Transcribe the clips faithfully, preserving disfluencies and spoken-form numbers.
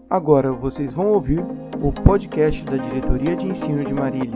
Agora vocês vão ouvir o podcast da Diretoria de Ensino de Marília.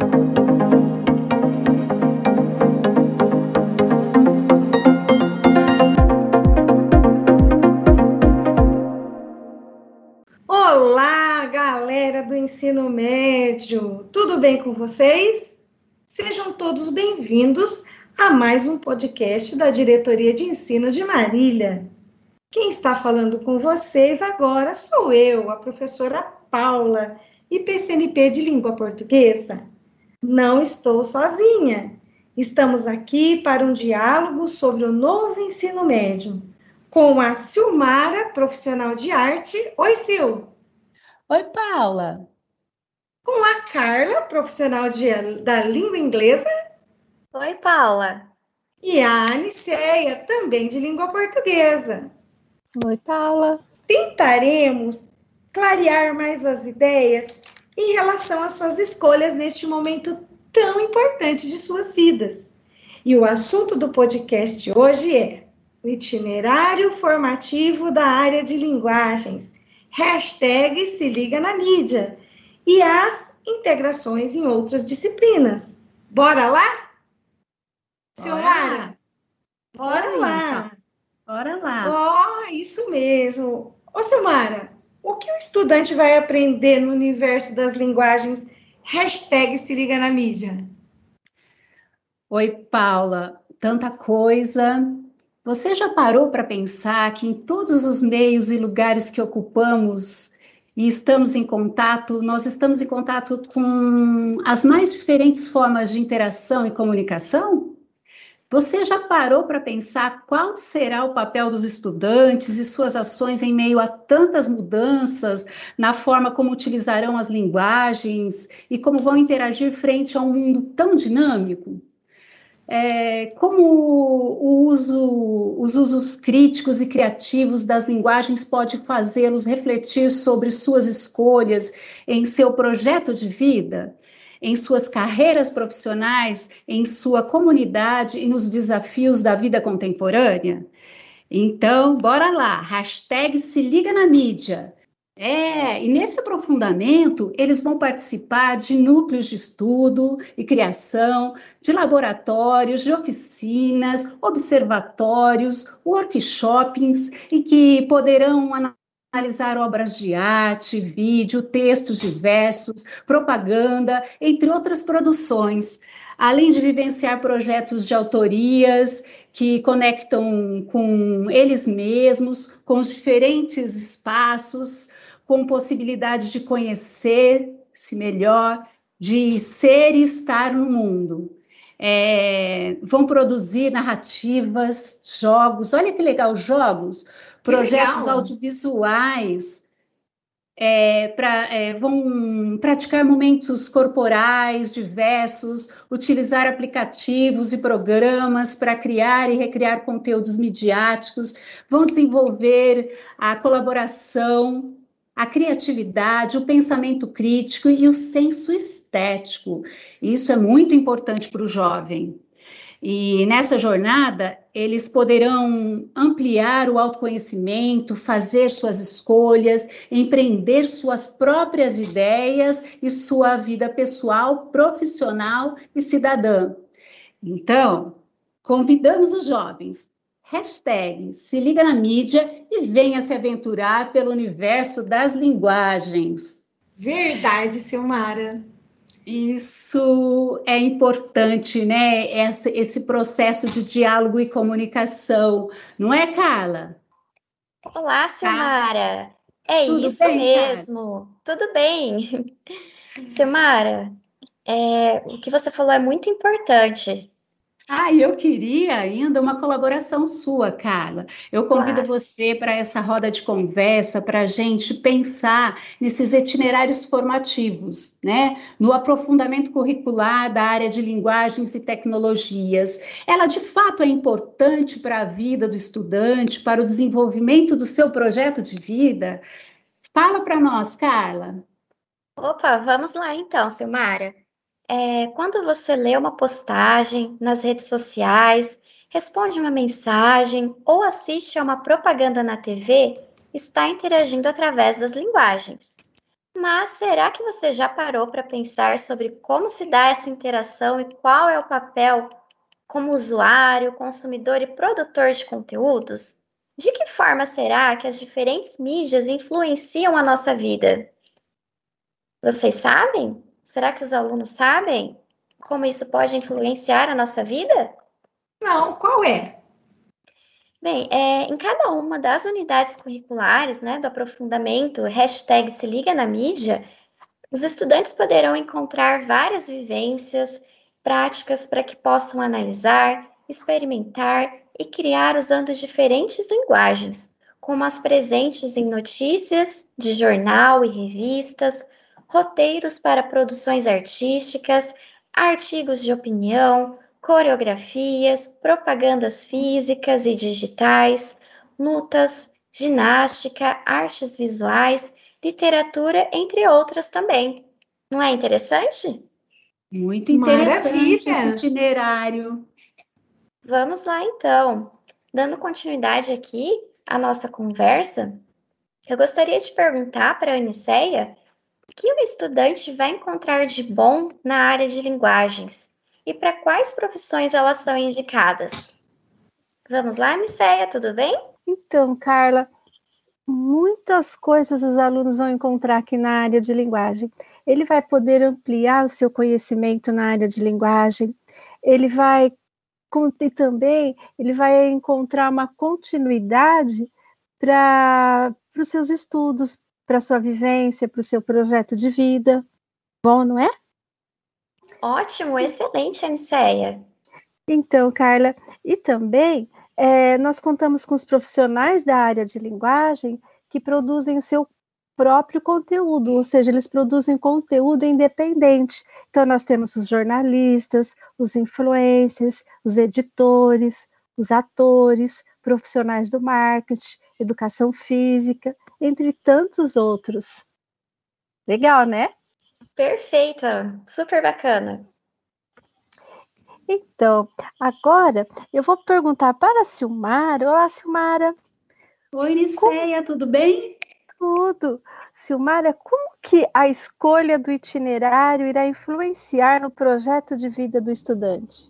Olá, galera do ensino médio! Tudo bem com vocês? Sejam todos bem-vindos a mais um podcast da Diretoria de Ensino de Marília. Quem está falando com vocês agora sou eu, a professora Paula, I P C N P de Língua Portuguesa. Não estou sozinha. Estamos aqui para um diálogo sobre o novo ensino médio, com a Silmara, profissional de arte. Oi, Sil! Oi, Paula! Com a Carla, profissional de, da língua inglesa. Oi, Paula! E a Aniceia, também de língua portuguesa. Oi, Paula! Tentaremos clarear mais as ideias em relação às suas escolhas neste momento tão importante de suas vidas. E o assunto do podcast hoje é o itinerário formativo da área de linguagens, hashtag se liga na mídia, e as integrações em outras disciplinas. Bora lá? Silmara? Bora, Bora lá! Bora lá! Ó, oh, isso mesmo! Ô, Silmara, o que o estudante vai aprender no universo das linguagens hashtag se liga na mídia? Oi, Paula, tanta coisa. Você já parou para pensar que em todos os meios e lugares que ocupamos e estamos em contato, nós estamos em contato com as mais diferentes formas de interação e comunicação? Você já parou para pensar qual será o papel dos estudantes e suas ações em meio a tantas mudanças na forma como utilizarão as linguagens e como vão interagir frente a um mundo tão dinâmico? É, como o uso, os usos críticos e criativos das linguagens pode fazê-los refletir sobre suas escolhas em seu projeto de vida, em suas carreiras profissionais, em sua comunidade e nos desafios da vida contemporânea? Então, bora lá, hashtag se liga na mídia. É, e nesse aprofundamento, eles vão participar de núcleos de estudo e criação, de laboratórios, de oficinas, observatórios, workshops, e que poderão analisar obras de arte, vídeo, textos diversos, propaganda, entre outras produções, além de vivenciar projetos de autorias que conectam com eles mesmos, com os diferentes espaços, com possibilidade de conhecer-se melhor, de ser e estar no mundo. É, vão produzir narrativas, jogos, olha que legal, jogos, projetos legal. audiovisuais, é, pra, é, vão praticar momentos corporais diversos, utilizar aplicativos e programas para criar e recriar conteúdos midiáticos, vão desenvolver a colaboração, a criatividade, o pensamento crítico e o senso estético. Isso é muito importante para o jovem. E nessa jornada, eles poderão ampliar o autoconhecimento, fazer suas escolhas, empreender suas próprias ideias e sua vida pessoal, profissional e cidadã. Então, convidamos os jovens, hashtag se liga na mídia e venha se aventurar pelo universo das linguagens. Verdade, Silmara. Isso é importante, né? Esse, esse processo de diálogo e comunicação, não é, Carla? Olá, Silmara. É Tudo isso bem, mesmo. Carla? Tudo bem. Silmara, é, o que você falou é muito importante. Ah, eu queria ainda uma colaboração sua, Carla. Eu convido Claro. você para essa roda de conversa, para a gente pensar nesses itinerários formativos, né? No aprofundamento curricular da área de linguagens e tecnologias. Ela, de fato, é importante para a vida do estudante, para o desenvolvimento do seu projeto de vida? Fala para nós, Carla. Opa, vamos lá então, Silmara. É, quando você lê uma postagem nas redes sociais, responde uma mensagem ou assiste a uma propaganda na T V, está interagindo através das linguagens. Mas será que você já parou para pensar sobre como se dá essa interação e qual é o papel como usuário, consumidor e produtor de conteúdos? De que forma será que as diferentes mídias influenciam a nossa vida? Vocês sabem? Será que os alunos sabem como isso pode influenciar a nossa vida? Não, qual é? Bem, é, em cada uma das unidades curriculares, né, do aprofundamento, hashtag se liga na mídia, os estudantes poderão encontrar várias vivências, práticas para que possam analisar, experimentar e criar usando diferentes linguagens, como as presentes em notícias de jornal e revistas, roteiros para produções artísticas, artigos de opinião, coreografias, propagandas físicas e digitais, lutas, ginástica, artes visuais, literatura, entre outras também. Não é interessante? Muito interessante Maravilha! esse itinerário. Vamos lá, então. Dando continuidade aqui à nossa conversa, eu gostaria de perguntar para a Aniceia o que o estudante vai encontrar de bom na área de linguagens e para quais profissões elas são indicadas. Vamos lá, Aniceia, tudo bem? Então, Carla, muitas coisas os alunos vão encontrar aqui na área de linguagem. Ele vai poder ampliar o seu conhecimento na área de linguagem, ele vai, e também, ele vai encontrar uma continuidade para os seus estudos, para a sua vivência, para o seu projeto de vida. Bom, não é? Ótimo, excelente, Aniceia. Então, Carla, e também é, nós contamos com os profissionais da área de linguagem que produzem o seu próprio conteúdo, ou seja, eles produzem conteúdo independente. Então, nós temos os jornalistas, os influencers, os editores, os atores, profissionais do marketing, educação física, entre tantos outros. Legal, né? Perfeita, super bacana. Então, agora eu vou perguntar para a Silmara. Olá, Silmara. Oi, Niceia, como... tudo bem? Tudo. Silmara, como que a escolha do itinerário irá influenciar no projeto de vida do estudante?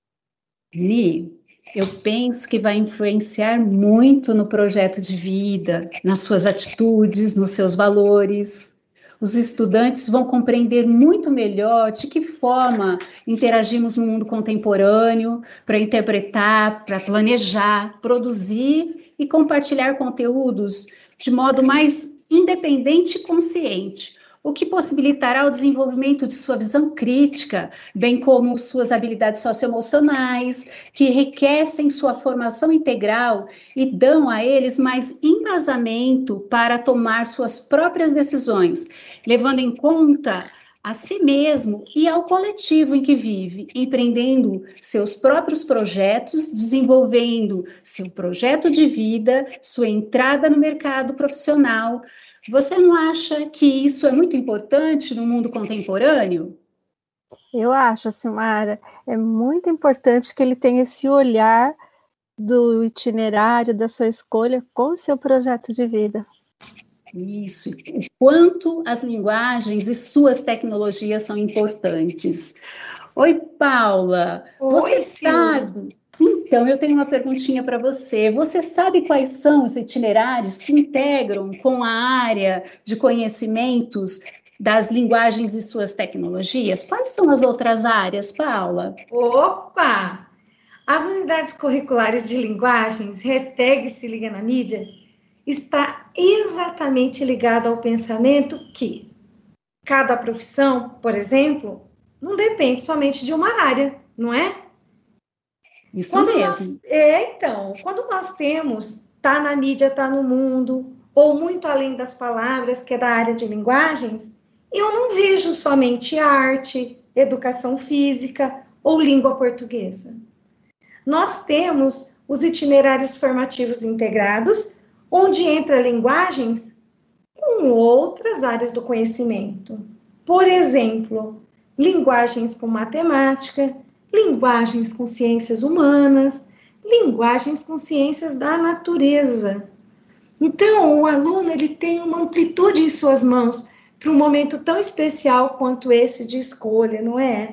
Ni, eu penso que vai influenciar muito no projeto de vida, nas suas atitudes, nos seus valores. Os estudantes vão compreender muito melhor de que forma interagimos no mundo contemporâneo para interpretar, para planejar, produzir e compartilhar conteúdos de modo mais independente e consciente, o que possibilitará o desenvolvimento de sua visão crítica, bem como suas habilidades socioemocionais, que enriquecem sua formação integral e dão a eles mais embasamento para tomar suas próprias decisões, levando em conta a si mesmo e ao coletivo em que vive, empreendendo seus próprios projetos, desenvolvendo seu projeto de vida, sua entrada no mercado profissional. Você não acha que isso é muito importante no mundo contemporâneo? Eu acho, Silmara, é muito importante que ele tenha esse olhar do itinerário, da sua escolha com o seu projeto de vida. Isso, o quanto as linguagens e suas tecnologias são importantes. Oi, Paula, Oi, você Sil. sabe... Então, eu tenho uma perguntinha para você. Você sabe quais são os itinerários que integram com a área de conhecimentos das linguagens e suas tecnologias? Quais são as outras áreas, Paula? Opa! As unidades curriculares de linguagens, hashtag se liga na mídia, está exatamente ligada ao pensamento que cada profissão, por exemplo, não depende somente de uma área, não é? Isso quando mesmo. Nós, é, então, quando nós temos, tá na mídia, tá no mundo, ou muito além das palavras, que é da área de linguagens, eu não vejo somente arte, educação física ou língua portuguesa. Nós temos os itinerários formativos integrados, onde entra linguagens com outras áreas do conhecimento. Por exemplo, linguagens com matemática, linguagens com ciências humanas, linguagens com ciências da natureza. Então, o aluno ele tem uma amplitude em suas mãos para um momento tão especial quanto esse de escolha, não é?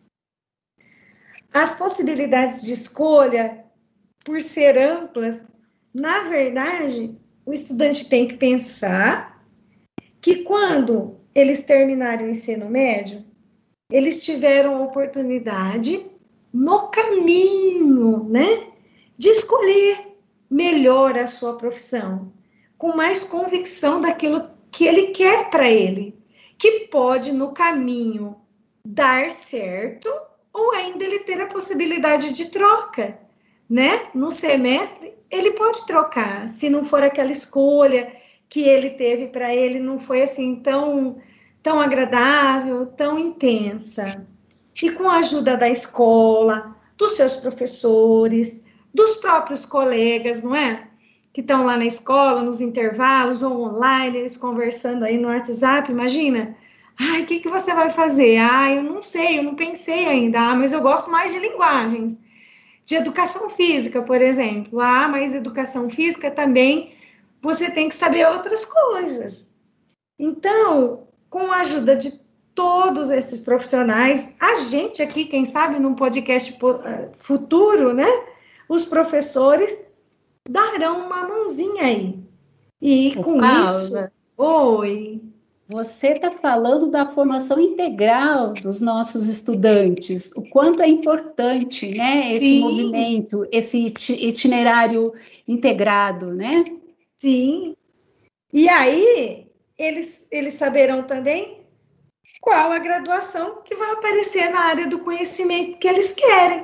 As possibilidades de escolha, por ser amplas, na verdade, o estudante tem que pensar que quando eles terminarem o ensino médio, eles tiveram a oportunidade no caminho, né, de escolher melhor a sua profissão, com mais convicção daquilo que ele quer para ele, que pode no caminho dar certo ou ainda ele ter a possibilidade de troca, né? No semestre ele pode trocar, se não for aquela escolha que ele teve para ele, não foi assim tão, tão agradável, tão intensa. E com a ajuda da escola, dos seus professores, dos próprios colegas, não é? Que estão lá na escola, nos intervalos, ou online, eles conversando aí no WhatsApp, imagina. Ai, o que, que você vai fazer? Ah, eu não sei, eu não pensei ainda. Ah, mas eu gosto mais de linguagens. De educação física, por exemplo. Ah, mas educação física também você tem que saber outras coisas. Então, com a ajuda de todos esses profissionais, a gente aqui, quem sabe, num podcast futuro, né? Os professores darão uma mãozinha aí. E Ô, com Paula, isso... Oi... Você está falando da formação integral dos nossos estudantes, o quanto é importante, né, esse Sim. movimento, esse itinerário integrado, né? Sim. E aí, eles, eles saberão também qual a graduação que vai aparecer na área do conhecimento que eles querem.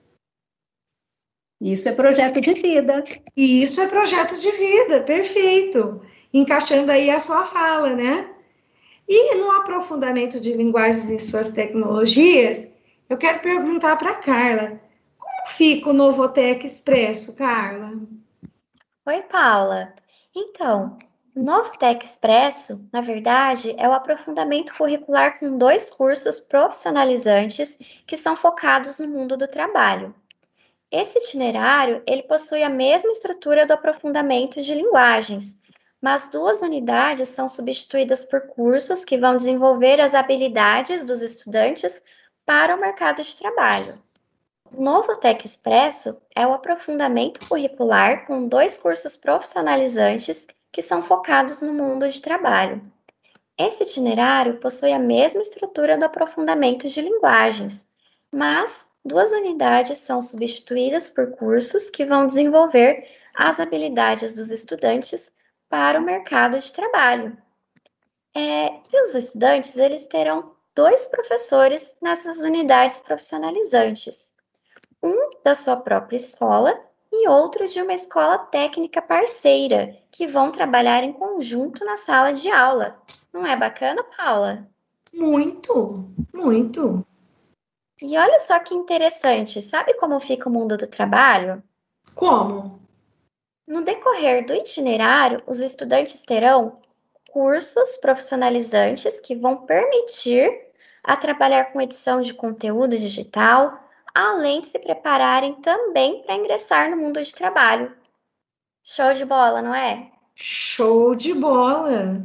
Isso é projeto de vida. E isso é projeto de vida, perfeito. Encaixando aí a sua fala, né? E no aprofundamento de linguagens em suas tecnologias, eu quero perguntar para a Carla, como fica o Novotec Expresso, Carla? Oi, Paula. Então, o Novotec Expresso, na verdade, é o aprofundamento curricular com dois cursos profissionalizantes que são focados no mundo do trabalho. Esse itinerário, ele possui a mesma estrutura do aprofundamento de linguagens, mas duas unidades são substituídas por cursos que vão desenvolver as habilidades dos estudantes para o mercado de trabalho. O Novotec Expresso é o aprofundamento curricular com dois cursos profissionalizantes que são focados no mundo de trabalho. Esse itinerário possui a mesma estrutura do aprofundamento de linguagens, mas duas unidades são substituídas por cursos que vão desenvolver as habilidades dos estudantes para o mercado de trabalho. É, e os estudantes, eles terão dois professores nessas unidades profissionalizantes. Um da sua própria escola e outro de uma escola técnica parceira, que vão trabalhar em conjunto na sala de aula. Não é bacana, Paula? Muito, muito. E olha só que interessante, sabe como fica o mundo do trabalho? Como? No decorrer do itinerário, os estudantes terão cursos profissionalizantes que vão permitir a trabalhar com edição de conteúdo digital, além de se prepararem também para ingressar no mundo de trabalho. Show de bola, não é? Show de bola!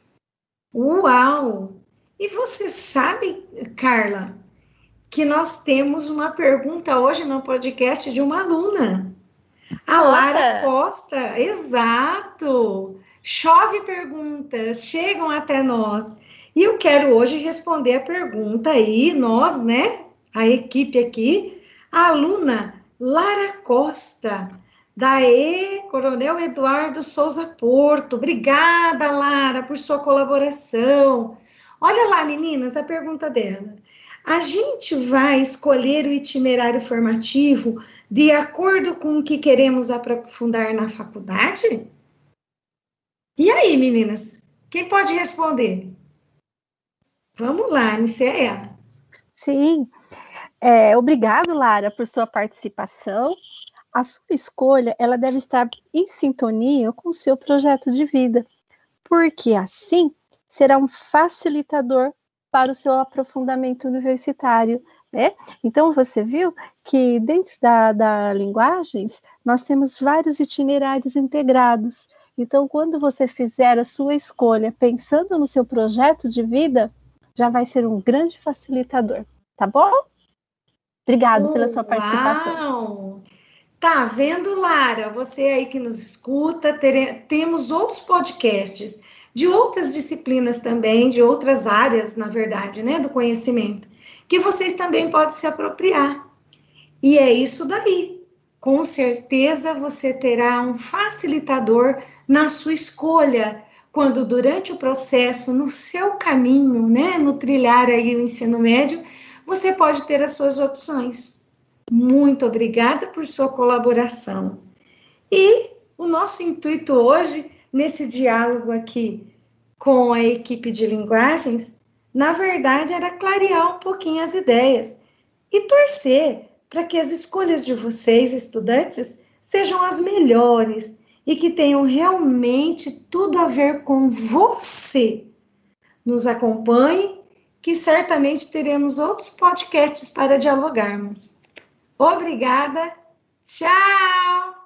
Uau! E você sabe, Carla, que nós temos uma pergunta hoje no podcast de uma aluna. A Nossa. Lara Costa, exato! Chove perguntas, chegam até nós. E eu quero hoje responder a pergunta aí, nós, né? A equipe aqui, a aluna Lara Costa, da E. Coronel Eduardo Souza Porto. Obrigada, Lara, por sua colaboração. Olha lá, meninas, a pergunta dela. A gente vai escolher o itinerário formativo de acordo com o que queremos aprofundar na faculdade? E aí, meninas? Quem pode responder? Vamos lá, inicia. Sim. É, obrigado, Lara, por sua participação. A sua escolha, ela deve estar em sintonia com o seu projeto de vida, porque assim será um facilitador para o seu aprofundamento universitário, né? Então, você viu que dentro da, da linguagens, nós temos vários itinerários integrados, Então, quando você fizer a sua escolha pensando no seu projeto de vida, já vai ser um grande facilitador, tá bom? Obrigado pela sua participação. Uau! Tá vendo, Lara? Você aí que nos escuta, tere- temos outros podcasts de outras disciplinas também, de outras áreas, na verdade, né, do conhecimento, que vocês também podem se apropriar. E é isso daí. Com certeza você terá um facilitador na sua escolha, quando durante o processo, no seu caminho, né, no trilhar aí o ensino médio, você pode ter as suas opções. Muito obrigada por sua colaboração. E o nosso intuito hoje, nesse diálogo aqui com a equipe de linguagens, na verdade era clarear um pouquinho as ideias e torcer para que as escolhas de vocês, estudantes, sejam as melhores e que tenham realmente tudo a ver com você. Nos acompanhe, que certamente teremos outros podcasts para dialogarmos. Obrigada, tchau!